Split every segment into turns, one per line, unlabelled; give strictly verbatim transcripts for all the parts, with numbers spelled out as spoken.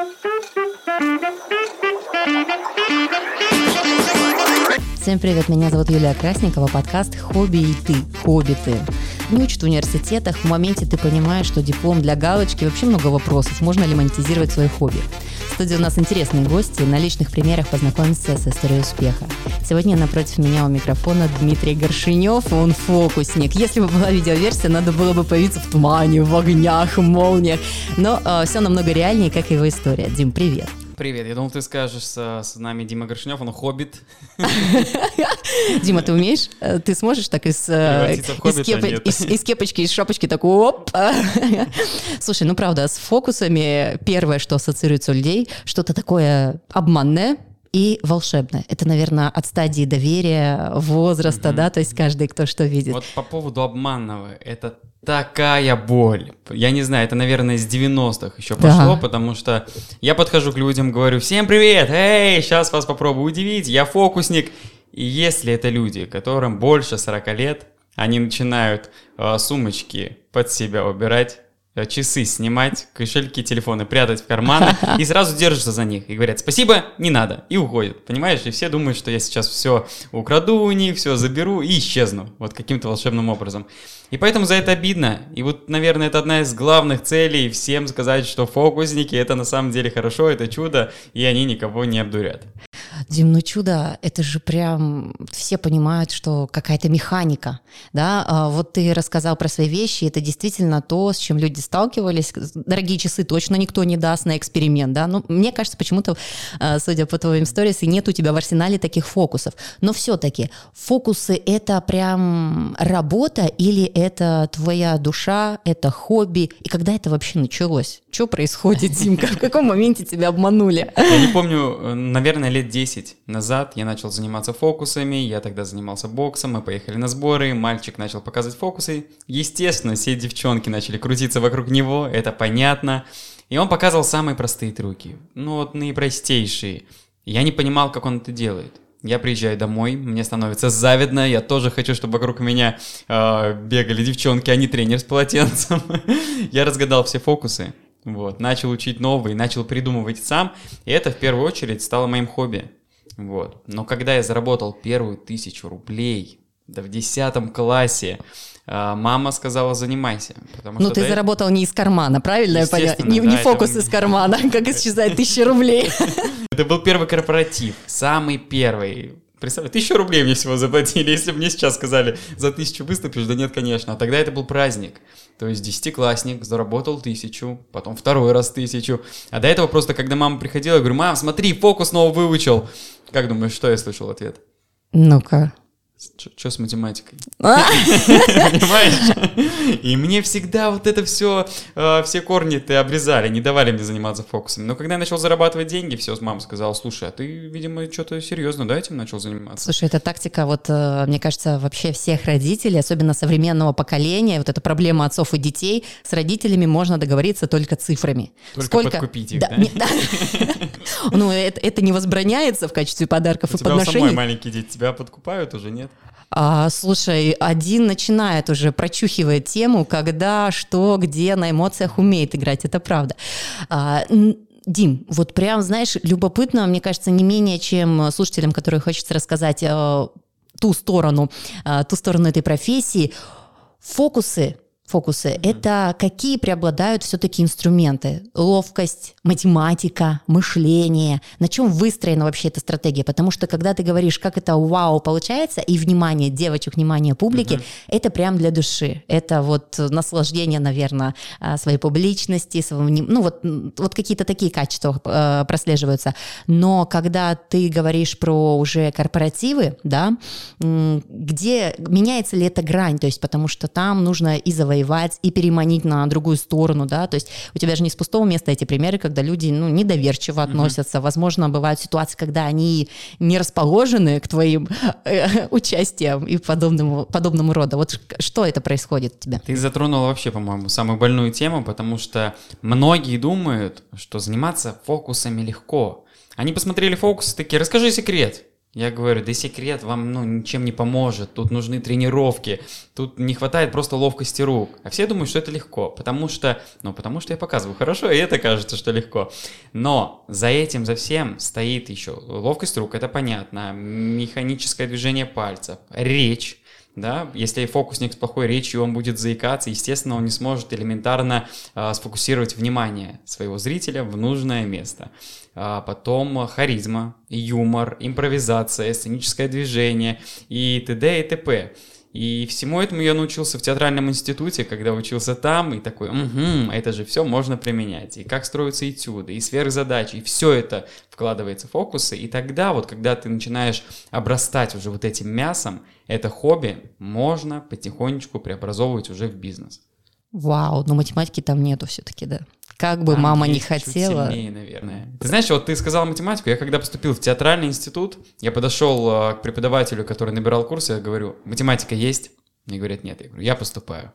Всем привет, меня зовут Юлия Красникова, подкаст «Хобби и ты. Хоббиты». Не учат в университетах, в моменте ты понимаешь, что диплом для галочки, вообще много вопросов, можно ли монетизировать свое хобби. В студии у нас интересные гости, на личных примерах познакомиться с историей успеха. Сегодня напротив меня у микрофона Дмитрий Горшинев, он фокусник. Если бы была видеоверсия, надо было бы появиться в тумане, в огнях, молниях, но э, все намного реальнее, как его история. Дим, привет.
Привет, я думал, ты скажешь с, с нами Дима Горшинев, он хоббит.
Дима, ты умеешь? Ты сможешь так из, из, кепо- из, из кепочки, из шапочки так оп? Слушай, ну правда, с фокусами первое, что ассоциируется у людей, что-то такое обманное и волшебное. Это, наверное, от стадии доверия, возраста, mm-hmm. да, то есть каждый, кто что видит.
Вот по поводу обманного, это такая боль. Я не знаю, это, наверное, из девяностых еще да. пошло, потому что я подхожу к людям, говорю: всем привет, эй, сейчас вас попробую удивить, я фокусник. И если это люди, которым больше сорока лет, они начинают э, сумочки под себя убирать, часы снимать, кошельки, телефоны прятать в карманы и сразу держатся за них и говорят: спасибо, не надо, и уходят, понимаешь? И все думают, что я сейчас все украду у них, все заберу и исчезну вот каким-то волшебным образом. И поэтому за это обидно. И вот, наверное, это одна из главных целей — всем сказать, что фокусники — это на самом деле хорошо, это чудо, и они никого не обдурят.
Дим, ну чудо, это же прям все понимают, что какая-то механика, да, вот ты рассказал про свои вещи, это действительно то, с чем люди сталкивались. Дорогие часы точно никто не даст на эксперимент, да, ну, мне кажется, почему-то, судя по твоим сторис, нет у тебя в арсенале таких фокусов, но все-таки фокусы — это прям работа или это твоя душа, это хобби, и когда это вообще началось? Что происходит, Димка, в каком моменте тебя обманули?
Я не помню, наверное, лет десять назад я начал заниматься фокусами, я тогда занимался боксом, мы поехали на сборы, мальчик начал показывать фокусы, естественно, все девчонки начали крутиться вокруг него, это понятно, и он показывал самые простые трюки, ну вот наипростейшие, я не понимал, как он это делает. Я приезжаю домой, мне становится завидно, я тоже хочу, чтобы вокруг меня э, бегали девчонки, а не тренер с полотенцем. Я разгадал все фокусы, вот, начал учить новые, начал придумывать сам, и это в первую очередь стало моим хобби. Вот. Но когда я заработал первую тысячу рублей, да в десятом классе, э, мама сказала: занимайся. Потому
ну
что
ты
до...
заработал не из кармана, правильно я поняла? Не,
да,
не фокус
это...
из кармана, как исчезает тысяча рублей.
Это был первый корпоратив, самый первый. Представь, тысячу рублей мне всего заплатили. Если бы мне сейчас сказали: за тысячу выступишь, да нет, конечно. А тогда это был праздник. То есть десятиклассник заработал тысячу, потом второй раз тысячу. А до этого просто, когда мама приходила, я говорю: мам, смотри, фокус снова выучил. Как думаешь, что я слышал в ответ?
Ну-ка.
Что с математикой? Понимаешь? И мне всегда вот это все, все корни-то обрезали, не давали мне заниматься фокусами. Но когда я начал зарабатывать деньги, все, мама сказала: слушай, а ты, видимо, что-то серьезно, да, этим начал заниматься?
Слушай, это тактика, вот, мне кажется, вообще всех родителей, особенно современного поколения, вот эта проблема отцов и детей, с родителями можно договориться только цифрами.
Только подкупить их, да?
Ну, это не возбраняется в качестве подарков и подношений.
У тебя самой маленькие дети, тебя подкупают уже, нет?
А, слушай, один начинает уже, прочухивать тему, когда, что, где, на эмоциях умеет играть, это правда. А, Дим, вот прям, знаешь, любопытно, мне кажется, не менее, чем слушателям, которые хочется рассказать а, ту сторону, а, ту сторону этой профессии. Фокусы. Фокусы mm-hmm. — это какие преобладают все-таки инструменты? Ловкость, математика, мышление. На чем выстроена вообще эта стратегия? Потому что когда ты говоришь, как это вау получается, и внимание девочек, внимание публики, mm-hmm. это прям для души. Это вот наслаждение, наверное, своей публичности, своего, ну вот, вот какие-то такие качества э, прослеживаются. Но когда ты говоришь про уже корпоративы, да, где меняется ли эта грань? То есть потому что там нужно и завоевать, и переманить на другую сторону, да, то есть у тебя же не с пустого места эти примеры, когда люди, ну, недоверчиво относятся, mm-hmm. возможно, бывают ситуации, когда они не расположены к твоим э, участиям и подобному, подобному роду. Вот что это происходит у тебя?
Ты затронула вообще, по-моему, самую больную тему, потому что многие думают, что заниматься фокусами легко. Они посмотрели фокусы, такие: расскажи секрет. Я говорю, да секрет вам ну, ничем не поможет, тут нужны тренировки, тут не хватает просто ловкости рук. А все думают, что это легко, потому что, ну, потому что я показываю хорошо, и это кажется, что легко. Но за этим, за всем стоит еще ловкость рук, это понятно, механическое движение пальцев, речь. Да? Если фокусник с плохой речью, он будет заикаться, естественно, он не сможет элементарно э, сфокусировать внимание своего зрителя в нужное место. А потом харизма, юмор, импровизация, сценическое движение и т.д. и т.п. И всему этому я научился в театральном институте, когда учился там, и такой, угу, это же все можно применять. И как строятся этюды, и сверхзадачи, и все это вкладывается в фокусы. И тогда вот, когда ты начинаешь обрастать уже вот этим мясом, это хобби можно потихонечку преобразовывать уже в бизнес.
Вау, но математики там нету все-таки, да? Как бы там мама не хотела.
Чуть сильнее, наверное. Ты знаешь, вот ты сказала математику, я когда поступил в театральный институт, я подошел к преподавателю, который набирал курсы, я говорю, математика есть? Мне говорят, нет. Я говорю, я поступаю.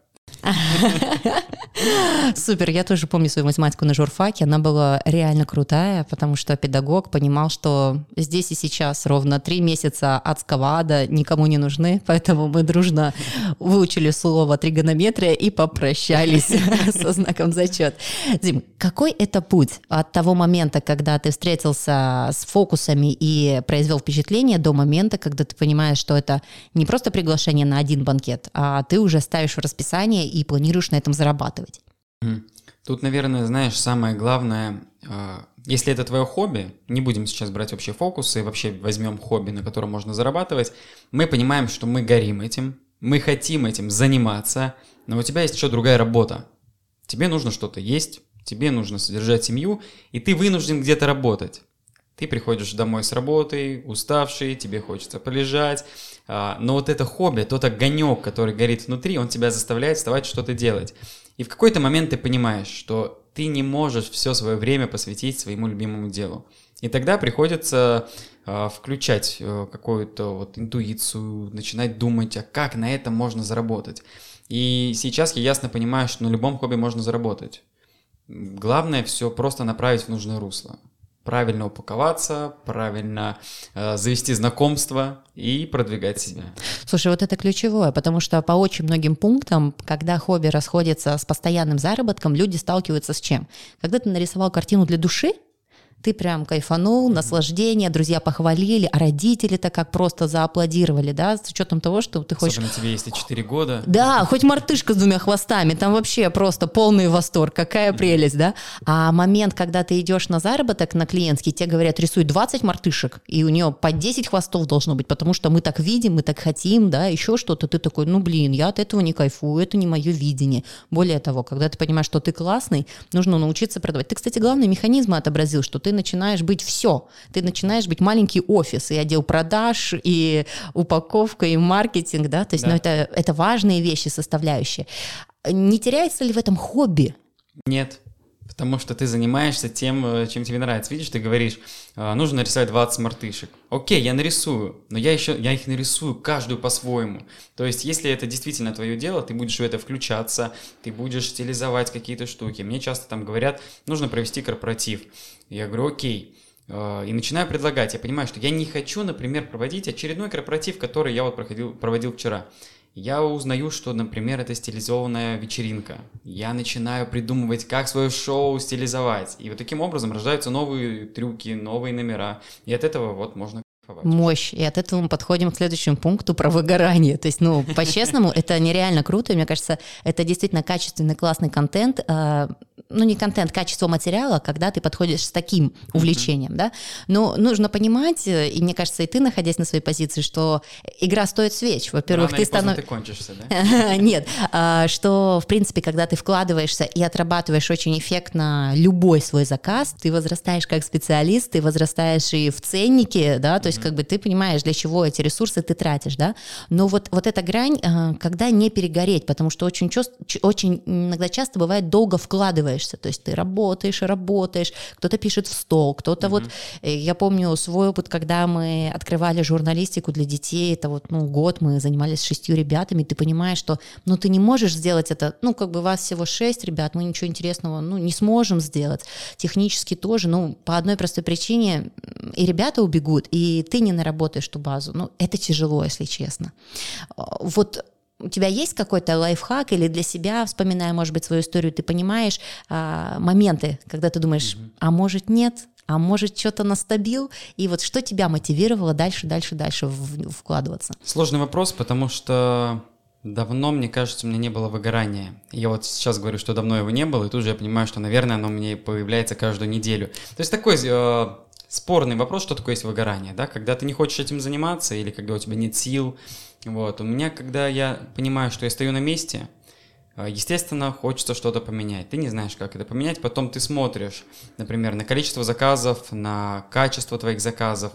Супер, я тоже помню свою математику на журфаке, она была реально крутая, потому что педагог понимал, что здесь и сейчас ровно три месяца адского ада никому не нужны, поэтому мы дружно выучили слово тригонометрия и попрощались со знаком зачет. Дим, какой это путь от того момента, когда ты встретился с фокусами и произвел впечатление, до момента, когда ты понимаешь, что это не просто приглашение на один банкет, а ты уже ставишь в расписание и планируешь на этом зарабатывать?
Тут, наверное, знаешь, самое главное, если это твое хобби, не будем сейчас брать вообще фокусы, вообще возьмем хобби, на котором можно зарабатывать, мы понимаем, что мы горим этим, мы хотим этим заниматься, но у тебя есть еще другая работа. Тебе нужно что-то есть, тебе нужно содержать семью, и ты вынужден где-то работать. Ты приходишь домой с работы, уставший, тебе хочется полежать, но вот это хобби, тот огонек, который горит внутри, он тебя заставляет вставать, что-то делать. И в какой-то момент ты понимаешь, что ты не можешь все свое время посвятить своему любимому делу. И тогда приходится э, включать э, какую-то вот интуицию, начинать думать, а как на этом можно заработать. И сейчас я ясно понимаю, что на любом хобби можно заработать. Главное все просто направить в нужное русло. Правильно упаковаться, правильно э, завести знакомство и продвигать себя.
Слушай, вот это ключевое, потому что по очень многим пунктам, когда хобби расходится с постоянным заработком, люди сталкиваются с чем? Когда ты нарисовал картину для души, ты прям кайфанул, mm-hmm. наслаждение, друзья похвалили, а родители-то как просто зааплодировали, да, с учетом того, что ты хочешь...
Особенно тебе, если четыре года.
Да, хоть мартышка с двумя хвостами, там вообще просто полный восторг, какая прелесть, да. А момент, когда ты идешь на заработок на клиентский, тебе говорят, рисуй двадцать мартышек, и у нее по десять хвостов должно быть, потому что мы так видим, мы так хотим, да, еще что-то, ты такой, ну блин, я от этого не кайфую, это не мое видение. Более того, когда ты понимаешь, что ты классный, нужно научиться продавать. Ты, кстати, главные механизмы отобразил, что ты начинаешь быть все. Ты начинаешь быть маленький офис, и отдел продаж, и упаковка, и маркетинг, да, то есть, да. ну, это, это важные вещи, составляющие. Не теряется ли в этом хобби?
Нет, потому что ты занимаешься тем, чем тебе нравится. Видишь, ты говоришь, нужно нарисовать двадцать мартышек. Окей, я нарисую, но я еще, я их нарисую каждую по-своему. То есть, если это действительно твое дело, ты будешь в это включаться, ты будешь стилизовать какие-то штуки. Мне часто там говорят, нужно провести корпоратив. Я говорю, окей. И начинаю предлагать. Я понимаю, что я не хочу, например, проводить очередной корпоратив, который я вот проходил, проводил вчера. Я узнаю, что, например, это стилизованная вечеринка. Я начинаю придумывать, как свое шоу стилизовать. И вот таким образом рождаются новые трюки, новые номера. И от этого вот можно кайфовать.
Мощь. И от этого мы подходим к следующему пункту про выгорание. То есть, ну, по-честному, это нереально круто. И мне кажется, это действительно качественный, классный контент. Ну, не контент, качество материала, когда ты подходишь с таким увлечением, да. Но нужно понимать, и мне кажется, и ты, находясь на своей позиции, что игра стоит свеч. Во-первых,
Рано
ты
становишься...
станов...
ты кончишься, да?
Нет, что, в принципе, когда ты вкладываешься и отрабатываешь очень эффектно любой свой заказ, ты возрастаешь как специалист, ты возрастаешь и в ценнике, да, то есть как бы ты понимаешь, для чего эти ресурсы ты тратишь, да. Но вот, вот эта грань, когда не перегореть, потому что очень, часто, очень иногда часто бывает долго вкладываешь, останавливаешься, то есть ты работаешь и работаешь, кто-то пишет в стол, кто-то mm-hmm. вот, я помню свой опыт, когда мы открывали журналистику для детей, это вот, ну, год мы занимались с шестью ребятами, ты понимаешь, что, ну, ты не можешь сделать это, ну, как бы вас всего шесть ребят, мы ничего интересного, ну, не сможем сделать, технически тоже, ну, по одной простой причине и ребята убегут, и ты не наработаешь ту базу, ну, это тяжело, если честно. Вот у тебя есть какой-то лайфхак или для себя, вспоминая, может быть, свою историю, ты понимаешь а, моменты, когда ты думаешь, mm-hmm. а может нет, а может что-то настабил, и вот что тебя мотивировало дальше, дальше, дальше в, вкладываться?
Сложный вопрос, потому что давно, мне кажется, у меня не было выгорания. Я вот сейчас говорю, что давно его не было, и тут же я понимаю, что, наверное, оно у меня появляется каждую неделю. То есть такой э, спорный вопрос, что такое есть выгорание, да, когда ты не хочешь этим заниматься или когда у тебя нет сил. Вот. У меня, когда я понимаю, что я стою на месте, естественно, хочется что-то поменять. Ты не знаешь, как это поменять. Потом ты смотришь, например, на количество заказов, на качество твоих заказов.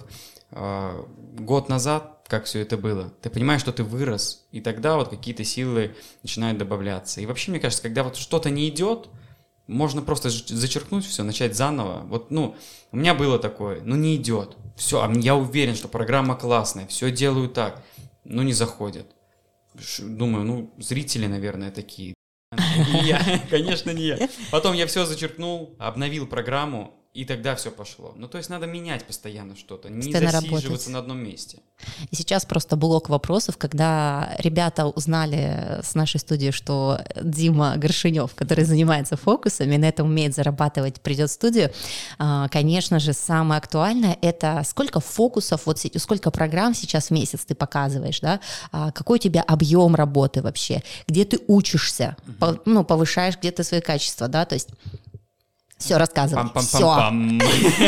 Год назад, как все это было, ты понимаешь, что ты вырос, и тогда вот какие-то силы начинают добавляться. И вообще, мне кажется, когда вот что-то не идет, можно просто зачеркнуть все, начать заново. Вот, ну, у меня было такое, ну, не идет. Все, я уверен, что программа классная, все делаю так. Ну, не заходит. Думаю, ну, зрители, наверное, такие. Не я, конечно, не я. Потом я все зачеркнул, обновил программу, и тогда все пошло. Ну, то есть надо менять постоянно что-то, не засиживаться работать на одном месте.
И сейчас просто блок вопросов, когда ребята узнали с нашей студии, что Дима Горшенев, который занимается фокусами, на этом умеет зарабатывать, придет в студию, конечно же, самое актуальное — это сколько фокусов, вот сколько программ сейчас в месяц ты показываешь, да, какой у тебя объем работы вообще, где ты учишься, uh-huh. ну, повышаешь где-то свои качества, да, то есть все, рассказывай.
Пам-пам-пам-пам.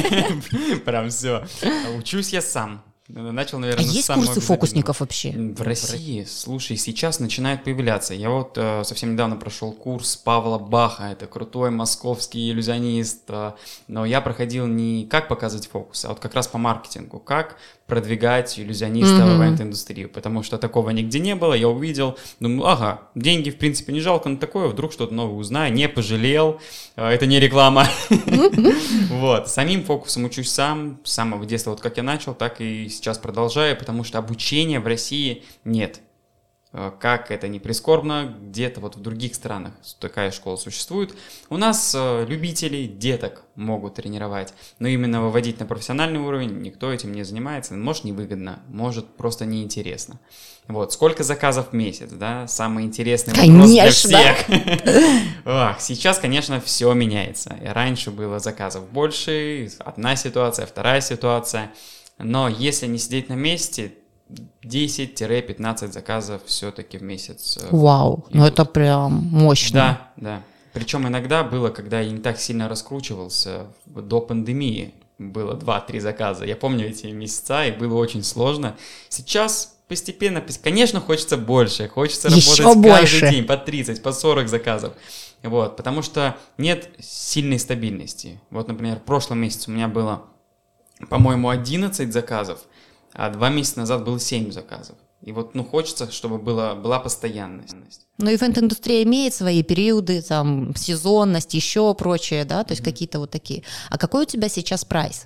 Прям все. Учусь я сам. Начал, наверное,
а есть курсы фокусников вообще?
В России, слушай, сейчас начинают появляться. Я вот э, совсем недавно прошел курс Павла Баха, это крутой московский иллюзионист, э, но я проходил не как показывать фокус, а вот как раз по маркетингу, как продвигать иллюзиониста mm-hmm. в ивент-индустрию, потому что такого нигде не было, я увидел, думаю, ага, деньги, в принципе, не жалко на такое, вдруг что-то новое узнаю, не пожалел, э, это не реклама. Вот, самим фокусом учусь сам, с самого детства, вот как я начал, так и сейчас продолжаю, потому что обучения в России нет. Как это ни прискорбно, где-то вот в других странах такая школа существует. У нас любители деток могут тренировать, но именно выводить на профессиональный уровень никто этим не занимается. Может, невыгодно, может, просто неинтересно. Вот, сколько заказов в месяц, да? Самый интересный вопрос для всех. Ох, сейчас, конечно, все меняется. И раньше было заказов больше, одна ситуация, вторая ситуация. Но если не сидеть на месте, десять-пятнадцать заказов все-таки в месяц.
Вау, идут. Ну это прям мощно.
Да, да. Причем иногда было, когда я не так сильно раскручивался, до пандемии было два-три заказа. Я помню эти месяца, и было очень сложно. Сейчас постепенно, конечно, хочется больше, хочется
Еще
работать
больше.
Каждый день по тридцать, по сорок заказов. Вот, потому что нет сильной стабильности. Вот, например, в прошлом месяце у меня было, по-моему, одиннадцать заказов, а два месяца назад было семь заказов. И вот, ну, хочется, чтобы была, была постоянность.
Но ивент-индустрия имеет свои периоды, там, сезонность, еще прочее, да, то есть mm-hmm. какие-то вот такие. А какой у тебя сейчас прайс?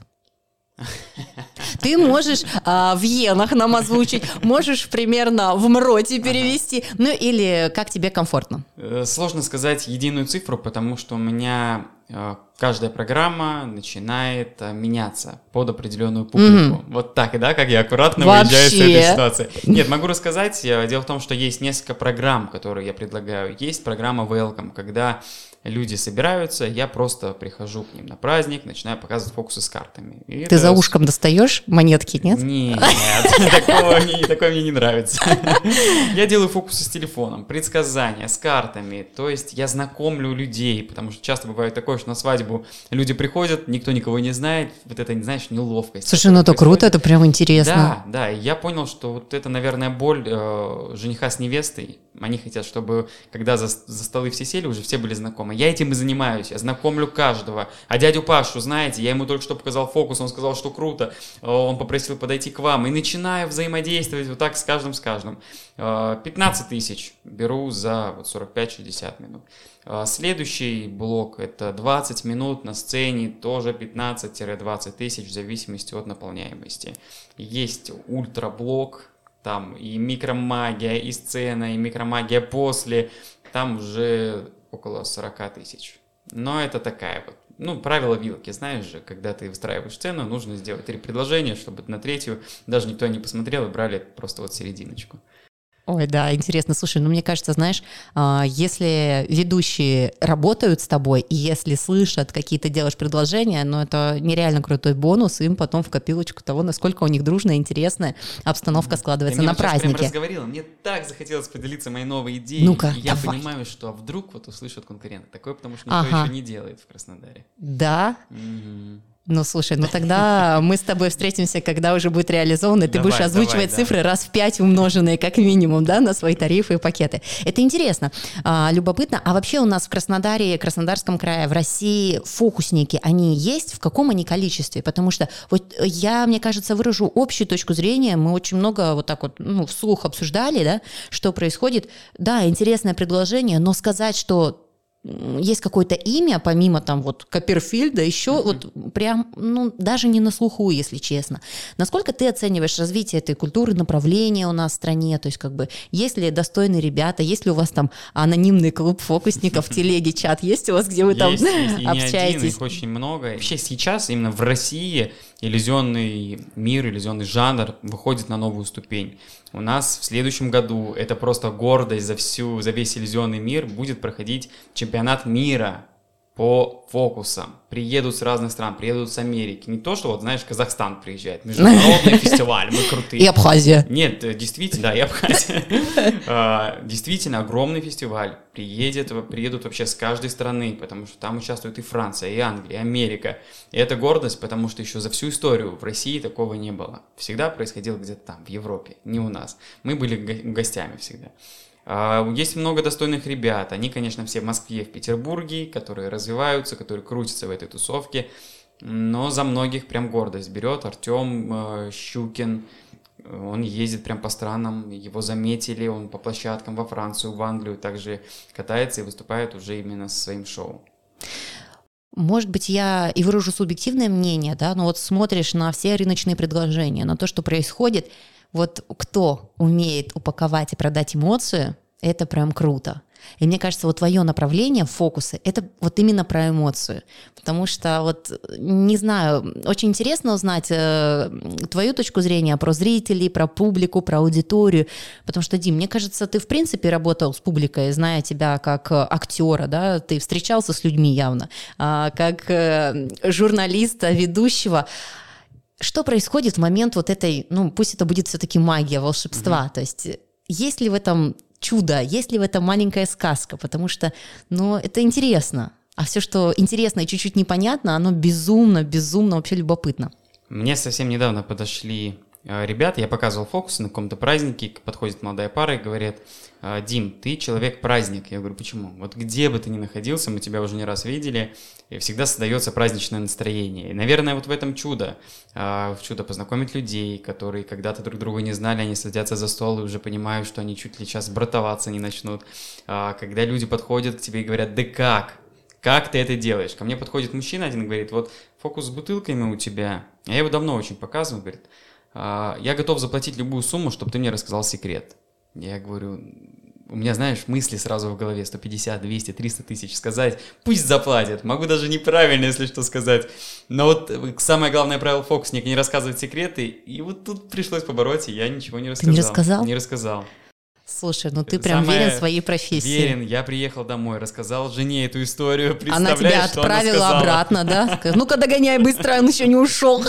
Ты можешь а, в иенах нам озвучить, можешь примерно в МРОТе перевести, ага. ну или как тебе комфортно?
Сложно сказать единую цифру, потому что у меня э, каждая программа начинает э, меняться под определенную публику. Mm-hmm. Вот так, да, как я аккуратно
Вообще?
выезжаю с этой ситуации. Нет, могу рассказать. Дело в том, что есть несколько программ, которые я предлагаю. Есть программа Welcome, когда люди собираются, я просто прихожу к ним на праздник, начинаю показывать фокусы с картами. И
Ты это... за ушком достаешь монетки, нет?
Нет, такое мне не нравится. Я делаю фокусы с телефоном, предсказания, с картами, то есть я знакомлю людей, потому что часто бывает такое, что на свадьбу люди приходят, никто никого не знает, вот это, знаешь, неловкость.
Слушай, ну это круто, это прям интересно.
Да, да, и я понял, что вот это, наверное, боль э, жениха с невестой, Они хотят, чтобы, когда за, за столы все сели, уже все были знакомы. Я этим и занимаюсь, я знакомлю каждого. А дядю Пашу, знаете, я ему только что показал фокус, он сказал, что круто. Он попросил подойти к вам. И начинаю взаимодействовать вот так с каждым, с каждым. пятнадцать тысяч беру за сорок пять - шестьдесят минут. Следующий блок – это двадцать минут на сцене, тоже пятнадцать - двадцать тысяч в зависимости от наполняемости. Есть ультраблок. Там и микромагия, и сцена, и микромагия после, там уже около сорок тысяч. Но это такая вот, ну, правило вилки, знаешь же, когда ты выстраиваешь сцену, нужно сделать три предложения, чтобы на третью даже никто не посмотрел и брали просто вот серединочку.
Ой, да, интересно. Слушай, ну мне кажется, знаешь, если ведущие работают с тобой, и если слышат, какие ты делаешь предложения, ну это нереально крутой бонус им потом в копилочку того, насколько у них дружная, интересная обстановка складывается
ты
на
вот празднике. Ты прям
разговорила,
мне так захотелось поделиться моей новой идеей.
Ну-ка,
и я
давай.
понимаю, что вдруг вот услышат конкуренты. Такое, потому что никто ага. еще не делает в Краснодаре.
Да?
Mm-hmm.
Ну, слушай, ну тогда мы с тобой встретимся, когда уже будет реализовано, и ты
давай,
будешь озвучивать
давай,
цифры
да.
раз в пять умноженные, как минимум, да, на свои тарифы и пакеты. Это интересно, а, любопытно. А вообще у нас в Краснодаре, Краснодарском крае, в России фокусники, они есть? В каком они количестве? Потому что вот я, мне кажется, выражу общую точку зрения. Мы очень много вот так вот, ну, вслух обсуждали, да, что происходит. Да, интересное предложение, но сказать, что есть какое-то имя, помимо там вот Копперфильда, еще mm-hmm. вот прям, ну, даже не на слуху, если честно. Насколько ты оцениваешь развитие этой культуры, направления у нас в стране? То есть как бы есть ли достойные ребята, есть ли у вас там анонимный клуб фокусников, телеги, чат, есть у вас, где вы там
есть, есть. И
общаетесь?
Не один, их очень много. Вообще сейчас именно в России иллюзионный мир, иллюзионный жанр выходит на новую ступень. У нас в следующем году, это просто гордость за всю, за весь иллюзионный мир, будет проходить чемпионат мира по фокусам. Приедут с разных стран, приедут с Америки. Не то, что, вот, знаешь, Казахстан приезжает, международный фестиваль, мы крутые.
И Абхазия.
Нет, действительно, да, и Абхазия. Действительно, огромный фестиваль. Приедет, приедут вообще с каждой страны, потому что там участвует и Франция, и Англия, и Америка. И это гордость, потому что еще за всю историю в России такого не было. Всегда происходило где-то там, в Европе, не у нас. Мы были гостями всегда. Есть много достойных ребят, они, конечно, все в Москве, в Петербурге, которые развиваются, которые крутятся в этой тусовке, но за многих прям гордость берет. Артем Щукин, он ездит прям по странам, его заметили, он по площадкам во Францию, в Англию также катается и выступает уже именно со своим шоу.
Может быть, я и выражу субъективное мнение, да, но вот смотришь на все рыночные предложения, на то, что происходит. Вот кто умеет упаковать и продать эмоцию, это прям круто. И мне кажется, вот твое направление, фокусы, это вот именно про эмоцию. Потому что вот, не знаю, очень интересно узнать э, твою точку зрения про зрителей, про публику, про аудиторию. Потому что, Дим, мне кажется, ты в принципе работал с публикой, зная тебя как актера, да, ты встречался с людьми явно, э, как э, журналиста, ведущего. Что происходит в момент вот этой, ну, пусть это будет все-таки магия, волшебства, mm-hmm. то есть есть ли в этом чудо, есть ли в этом маленькая сказка, потому что, ну, это интересно, а все, что интересно и чуть-чуть непонятно, оно безумно, безумно вообще любопытно.
Мне совсем недавно подошли ребята, я показывал фокусы на каком-то празднике, подходит молодая пара и говорят: Дим, ты человек-праздник. Я говорю, почему? Вот где бы ты ни находился, мы тебя уже не раз видели, и всегда создается праздничное настроение. И, наверное, вот в этом чудо. В чудо познакомить людей, которые когда-то друг друга не знали, они садятся за стол и уже понимают, что они чуть ли сейчас братоваться не начнут. Когда люди подходят к тебе и говорят: да как? Как ты это делаешь? Ко мне подходит мужчина один и говорит: вот фокус с бутылками у тебя. Я его давно очень показываю, говорит: я готов заплатить любую сумму, чтобы ты мне рассказал секрет. Я говорю, у меня, знаешь, мысли сразу в голове: сто пятьдесят, двести, триста тысяч сказать, пусть заплатят. Могу даже неправильно, если что, сказать. Но вот самое главное правило фокусника — не рассказывать секреты. И вот тут пришлось побороть, и я ничего не рассказал.
Ты не рассказал?
Не рассказал.
Слушай, ну ты прям
Самое
верен своей профессии.
Верен. Я приехал домой, рассказал жене эту историю.
Она тебя отправила
она
обратно, да? Ну-ка догоняй быстро, он еще не ушел.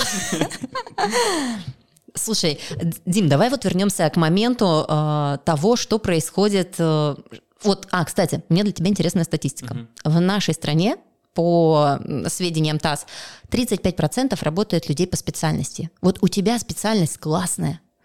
Слушай, Дим, давай вот вернемся к моменту э, того, что происходит. Э, вот, а, кстати, у меня для тебя интересная статистика. Uh-huh. В нашей стране, по сведениям ТАСС, тридцать пять процентов работает людей по специальности. Вот у тебя специальность классная.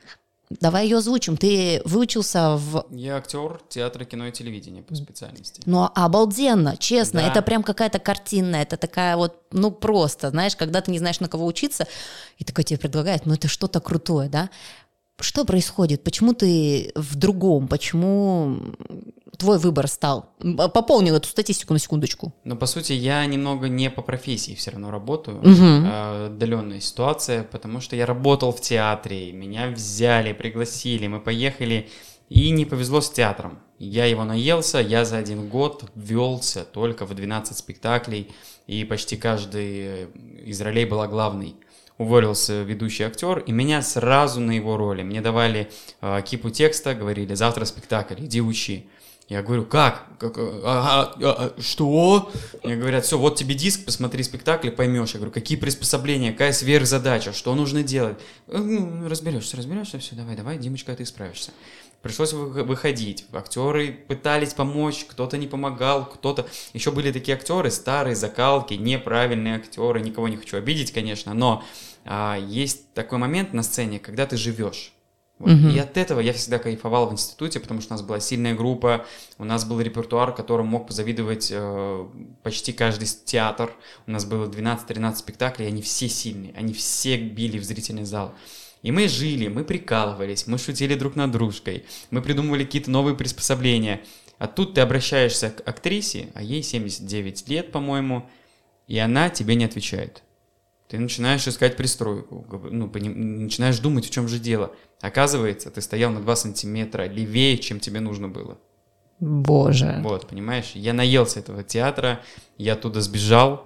Давай ее озвучим. Ты выучился в...
Я актер театра, кино и телевидения по специальности.
Ну, обалденно, честно.
Да.
Это прям какая-то картинная, это такая вот, ну, просто, знаешь, когда ты не знаешь, на кого учиться, и такой тебе предлагают, ну, это что-то крутое, да? Что происходит? Почему ты в другом? Почему твой выбор стал? Пополнил эту статистику на секундочку.
Но, по сути, я немного не по профессии все равно работаю.
Угу.
Uh-huh. Отдаленная ситуация, потому что я работал в театре, меня взяли, пригласили, мы поехали, и не повезло с театром. Я его наелся, я за один год ввелся только в двенадцать спектаклей, и почти каждый из ролей была главной. Уволился ведущий актер, и меня сразу на его роли. Мне давали э, кипу текста, говорили, завтра спектакль, иди учи. Я говорю, как? как а, а, а, что? Мне говорят, все, вот тебе диск, посмотри спектакль, поймешь. Я говорю, какие приспособления, какая сверхзадача, что нужно делать? Ну, разберешься, разберешься, все, давай, давай, Димочка, ты справишься. Пришлось выходить. Актеры пытались помочь, кто-то не помогал, кто-то... Еще были такие актеры, старые закалки, неправильные актеры, никого не хочу обидеть, конечно, но а, есть такой момент на сцене, когда ты живешь. Вот. Mm-hmm. И от этого я всегда кайфовал в институте, потому что у нас была сильная группа, у нас был репертуар, которым мог позавидовать э, почти каждый театр. У нас было двенадцать-тринадцать спектаклей, они все сильные, они все били в зрительный зал. И мы жили, мы прикалывались, мы шутили друг над дружкой, мы придумывали какие-то новые приспособления. А тут ты обращаешься к актрисе, а ей семьдесят девять лет, по-моему, и она тебе не отвечает. Ты начинаешь искать пристройку, ну, поним, начинаешь думать, в чем же дело. Оказывается, ты стоял на два сантиметра левее, чем тебе нужно было.
Боже.
Вот, понимаешь, я наелся этого театра, я оттуда сбежал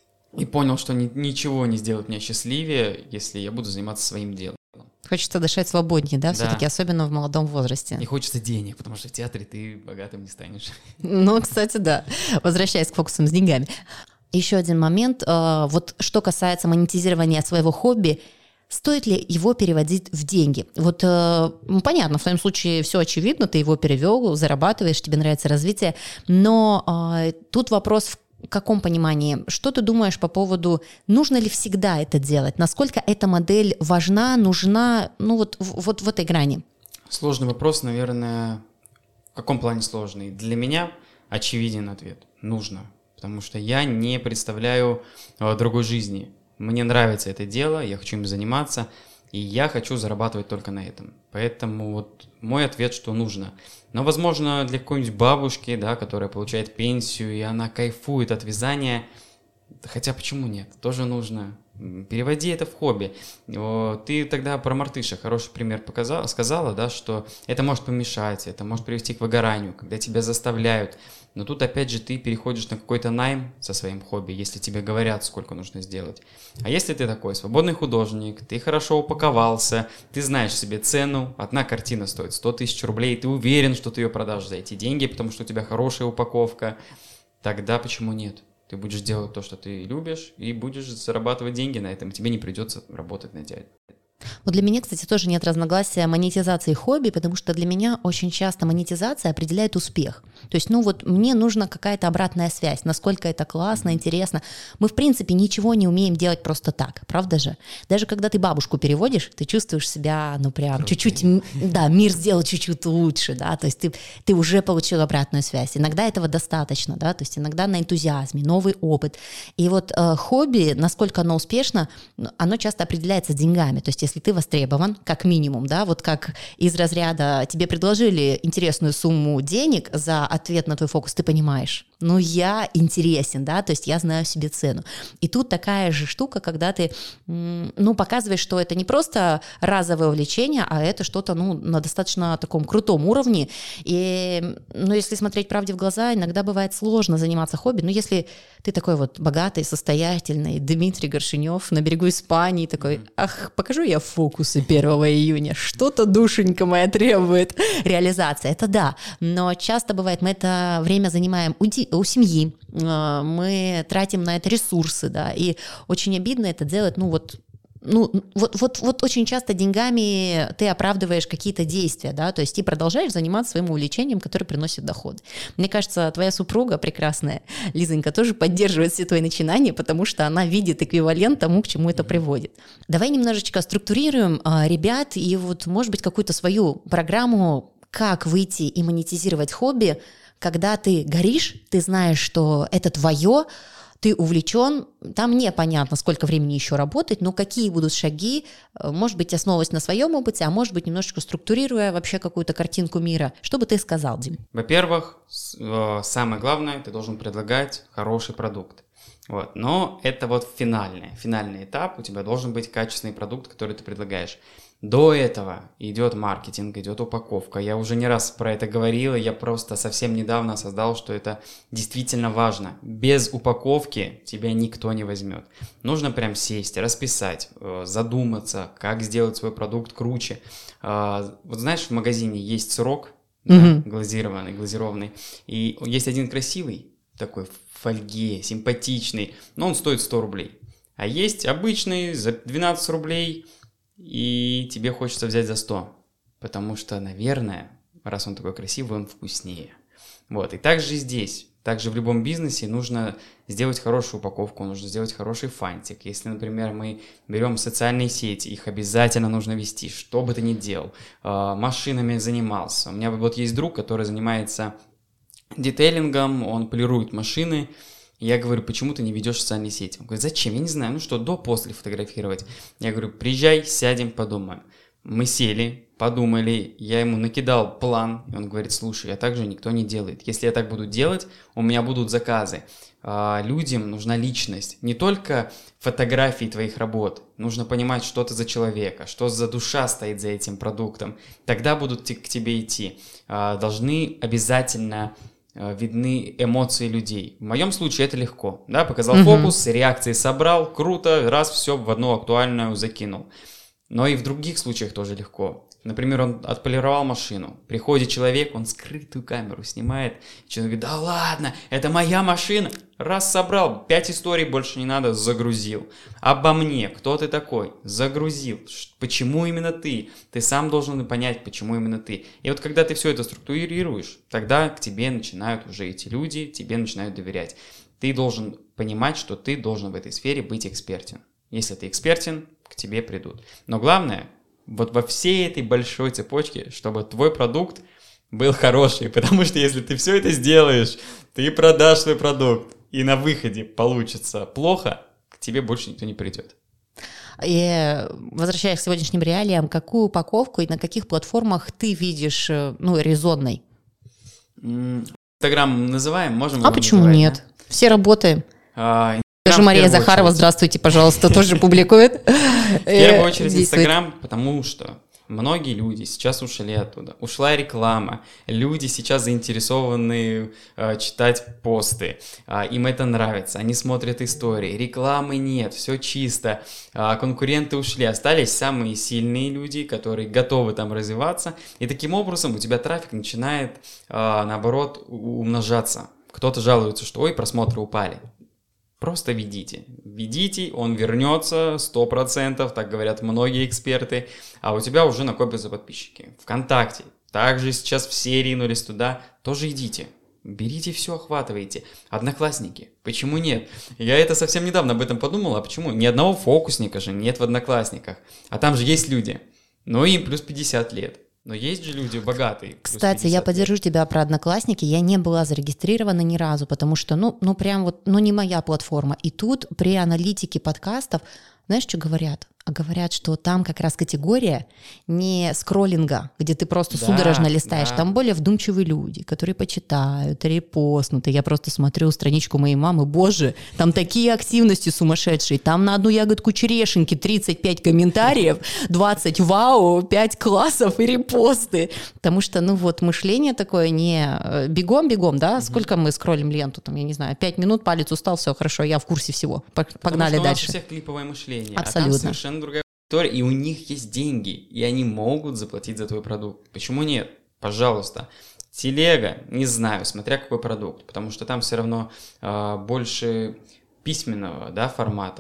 и понял, что ни, ничего не сделает меня счастливее, если я буду заниматься своим делом.
Хочется дышать свободнее, да,
да.
все-таки, особенно в молодом возрасте.
Не хочется денег, потому что в театре ты богатым не станешь.
Ну, кстати, да. Возвращаясь к фокусам с деньгами. Еще один момент, вот что касается монетизирования своего хобби, стоит ли его переводить в деньги? Вот ну, понятно, в твоем случае все очевидно, ты его перевел, зарабатываешь, тебе нравится развитие, но а, тут вопрос в каком понимании? Что ты думаешь по поводу, нужно ли всегда это делать? Насколько эта модель важна, нужна, ну вот, вот в этой грани?
Сложный вопрос, наверное, в каком плане сложный? Для меня очевиден ответ, нужно. Потому что я не представляю э, другой жизни. Мне нравится это дело, я хочу им заниматься, и я хочу зарабатывать только на этом. Поэтому вот мой ответ, что нужно. Но, возможно, для какой-нибудь бабушки, да, которая получает пенсию, и она кайфует от вязания, хотя почему нет, тоже нужно. Переводи это в хобби. Ты тогда про мартыша хороший пример показала, сказала, да, что это может помешать, это может привести к выгоранию, когда тебя заставляют. Но тут опять же ты переходишь на какой-то найм со своим хобби, если тебе говорят, сколько нужно сделать. А если ты такой свободный художник, ты хорошо упаковался, ты знаешь себе цену, одна картина стоит сто тысяч рублей, ты уверен, что ты ее продашь за эти деньги, потому что у тебя хорошая упаковка, тогда почему нет? Ты будешь делать то, что ты любишь, и будешь зарабатывать деньги на этом, тебе не придется работать на тебя.
Вот для меня, кстати, тоже нет разногласия монетизации хобби, потому что для меня очень часто монетизация определяет успех. То есть, ну вот мне нужна какая-то обратная связь, насколько это классно, интересно. Мы, в принципе, ничего не умеем делать просто так, правда же? Даже когда ты бабушку переводишь, ты чувствуешь себя, ну прям Крутый. чуть-чуть, да, мир сделал чуть-чуть лучше, да, то есть ты, ты уже получил обратную связь. Иногда этого достаточно, да, то есть иногда на энтузиазме, новый опыт. И вот э, хобби, насколько оно успешно, оно часто определяется деньгами, то есть если ты востребован, как минимум, да, вот как из разряда тебе предложили интересную сумму денег за ответ на твой фокус, ты понимаешь, ну я интересен, да, то есть я знаю себе цену. И тут такая же штука, когда ты, ну, показываешь, что это не просто разовое увлечение, а это что-то, ну, на достаточно таком крутом уровне. И, ну, если смотреть правде в глаза, иногда бывает сложно заниматься хобби, но если ты такой вот богатый, состоятельный Дмитрий Горшинев на берегу Испании, такой, ах, покажу я фокусы первого июня, что-то душенька моя требует реализации, это да, но часто бывает, мы это время занимаем у, у семьи, мы тратим на это ресурсы, да, и очень обидно это делать, ну вот, ну, вот, вот, вот очень часто деньгами ты оправдываешь какие-то действия, да, то есть ты продолжаешь заниматься своим увлечением, которое приносит доход. Мне кажется, твоя супруга прекрасная, Лизонька, тоже поддерживает все твои начинания, потому что она видит эквивалент тому, к чему это приводит. Давай немножечко структурируем а, ребят и вот, может быть, какую-то свою программу, как выйти и монетизировать хобби, когда ты горишь, ты знаешь, что это твое, ты увлечен, там непонятно, сколько времени еще работать, но какие будут шаги, может быть, основываясь на своем опыте, а может быть, немножечко структурируя вообще какую-то картинку мира. Что бы ты сказал, Дим?
Во-первых, самое главное, ты должен предлагать хороший продукт. Вот. Но это вот финальный, финальный этап, у тебя должен быть качественный продукт, который ты предлагаешь. До этого идет маркетинг, идет упаковка. Я уже не раз про это говорил, я просто совсем недавно осознал, что это действительно важно. Без упаковки тебя никто не возьмет. Нужно прям сесть, расписать, задуматься, как сделать свой продукт круче. Вот знаешь, в магазине есть сырок, mm-hmm. да, глазированный, глазированный, и есть один красивый, такой в фольге, симпатичный, но он стоит сто рублей. А есть обычный за двенадцать рублей, и тебе хочется взять за сто, потому что, наверное, раз он такой красивый, он вкуснее. Вот, и также здесь, также в любом бизнесе нужно сделать хорошую упаковку, нужно сделать хороший фантик. Если, например, мы берем социальные сети, их обязательно нужно вести, что бы ты ни делал, машинами занимался. У меня вот есть друг, который занимается детейлингом, он полирует машины. Я говорю, почему ты не ведешь социальные сети? Он говорит, зачем? Я не знаю, ну что, до-после фотографировать. Я говорю, приезжай, сядем, подумаем. Мы сели, подумали, я ему накидал план, и он говорит, слушай, а так же никто не делает. Если я так буду делать, у меня будут заказы. А, людям нужна личность, не только фотографии твоих работ. Нужно понимать, что ты за человека, что за душа стоит за этим продуктом. Тогда будут к тебе идти. А, должны обязательно видны эмоции людей. В моем случае это легко. Да, показал uh-huh. фокус, реакции собрал, круто, раз, все в одну актуальную закинул. Но и в других случаях тоже легко. Например, он отполировал машину. Приходит человек, он скрытую камеру снимает. Человек говорит, да ладно, это моя машина. Раз собрал, пять историй больше не надо, загрузил. Обо мне, кто ты такой? Загрузил. Почему именно ты? Ты сам должен понять, почему именно ты. И вот когда ты все это структурируешь, тогда к тебе начинают уже эти люди, тебе начинают доверять. Ты должен понимать, что ты должен в этой сфере быть экспертен. Если ты экспертен, к тебе придут. Но главное, вот во всей этой большой цепочке, чтобы твой продукт был хороший, потому что если ты все это сделаешь, ты продашь свой продукт, и на выходе получится плохо, к тебе больше никто не придет.
И возвращаясь к сегодняшним реалиям, какую упаковку и на каких платформах ты видишь, ну, резонной?
Инстаграм называем, можем
А почему называть, нет? Да? Все работаем. А, Даже Мария Захарова, очередь. Здравствуйте, пожалуйста, тоже публикует.
В первую очередь Инстаграм, потому что многие люди сейчас ушли оттуда. Ушла реклама. Люди сейчас заинтересованы э, читать посты. Э, им это нравится. Они смотрят истории. Рекламы нет. Все чисто. Э, конкуренты ушли. Остались самые сильные люди, которые готовы там развиваться. И таким образом у тебя трафик начинает, э, наоборот, умножаться. Кто-то жалуется, что ой, просмотры упали. Просто ведите. Ведите, он вернется сто процентов, так говорят многие эксперты, а у тебя уже накопятся подписчики. ВКонтакте также сейчас все ринулись туда, тоже идите. Берите все, охватывайте. Одноклассники. Почему нет? Я это совсем недавно об этом подумал, а почему? Ни одного фокусника же нет в Одноклассниках. А там же есть люди. Ну им плюс пятьдесят лет. Но есть же люди богатые.
Кстати, я поддержу лет. тебя про Одноклассники. Я не была зарегистрирована ни разу, потому что, ну, ну прям вот, ну не моя платформа. И тут при аналитике подкастов, знаешь, что говорят? А говорят, что там как раз категория не скроллинга, где ты просто да, судорожно листаешь. Да. Там более вдумчивые люди, которые почитают, репостнут. И я просто смотрю страничку моей мамы. Боже, там такие активности сумасшедшие. Там на одну ягодку черешеньки тридцать пять комментариев, двадцать вау, пять классов и репосты. Потому что, ну вот, мышление такое не бегом-бегом, да? Сколько мы скроллим ленту? Там, я не знаю, пять минут, палец устал, все хорошо, я в курсе всего. Погнали
Потому что
дальше. У
нас у всех клиповое мышление.
Абсолютно.
А там совершенно другая история, и у них есть деньги, и они могут заплатить за твой продукт. Почему нет? Пожалуйста. Телега, не знаю, смотря какой продукт, потому что там все равно э, больше письменного, да, формата.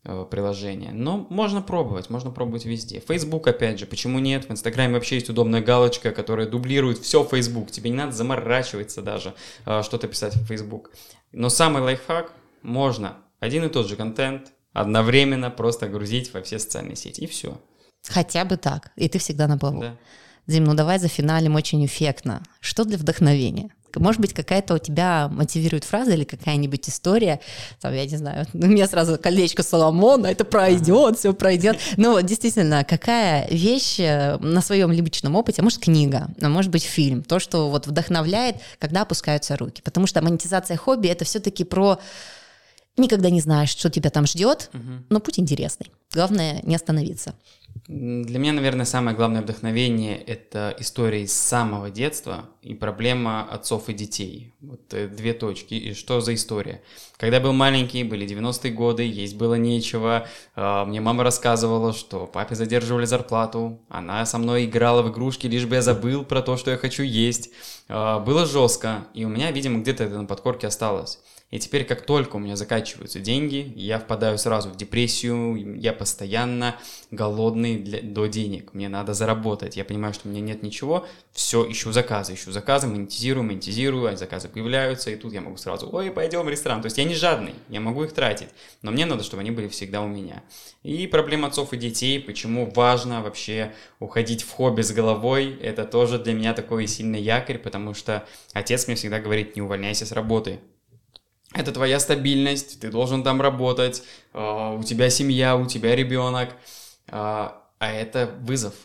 э, приложение. Но можно пробовать, можно пробовать везде. Facebook, опять же, почему нет? В Инстаграме вообще есть удобная галочка, которая дублирует все Facebook. Тебе не надо заморачиваться даже, э, что-то писать в Facebook. Но самый лайфхак, можно один и тот же контент одновременно просто грузить во все социальные сети, и все.
Хотя бы так, и ты всегда на плаву.
Да.
Дим, ну давай зафиналим очень эффектно. Что для вдохновения? Может быть, какая-то у тебя мотивирует фраза или какая-нибудь история, там, я не знаю, у меня сразу колечко Соломона, это пройдет, все пройдет. Ну, действительно, какая вещь на своем личном опыте, а может, книга, а может быть, фильм, то, что вот вдохновляет, когда опускаются руки. Потому что монетизация хобби — это все-таки про никогда не знаешь, что тебя там ждет, угу. но путь интересный. Главное не остановиться.
Для меня, наверное, самое главное вдохновение – это истории с самого детства и проблема отцов и детей. Вот две точки. И что за история? Когда я был маленький, были девяностые годы, есть было нечего. Мне мама рассказывала, что папе задерживали зарплату, она со мной играла в игрушки, лишь бы я забыл про то, что я хочу есть. Было жестко, и у меня, видимо, где-то это на подкорке осталось. И теперь, как только у меня заканчиваются деньги, я впадаю сразу в депрессию, я постоянно голодный для, до денег, мне надо заработать, я понимаю, что у меня нет ничего, все, ищу заказы, ищу заказы, монетизирую, монетизирую, а заказы появляются, и тут я могу сразу, ой, пойдем в ресторан, то есть я не жадный, я могу их тратить, но мне надо, чтобы они были всегда у меня. И проблема отцов и детей, почему важно вообще уходить в хобби с головой, это тоже для меня такой сильный якорь, потому что отец мне всегда говорит, не увольняйся с работы. Это твоя стабильность, ты должен там работать, у тебя семья, у тебя ребенок, а это вызов.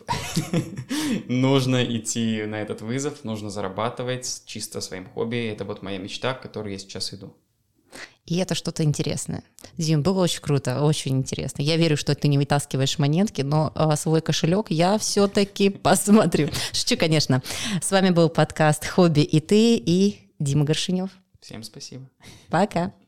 Нужно идти на этот вызов, нужно зарабатывать чисто своим хобби. Это вот моя мечта, к которой я сейчас иду.
И это что-то интересное. Дим, было очень круто, очень интересно. Я верю, что ты не вытаскиваешь монетки, но а, свой кошелек я все-таки посмотрю. Шучу, конечно. С вами был подкаст «Хобби и ты» и Дима Горшинев.
Всем спасибо.
Пока.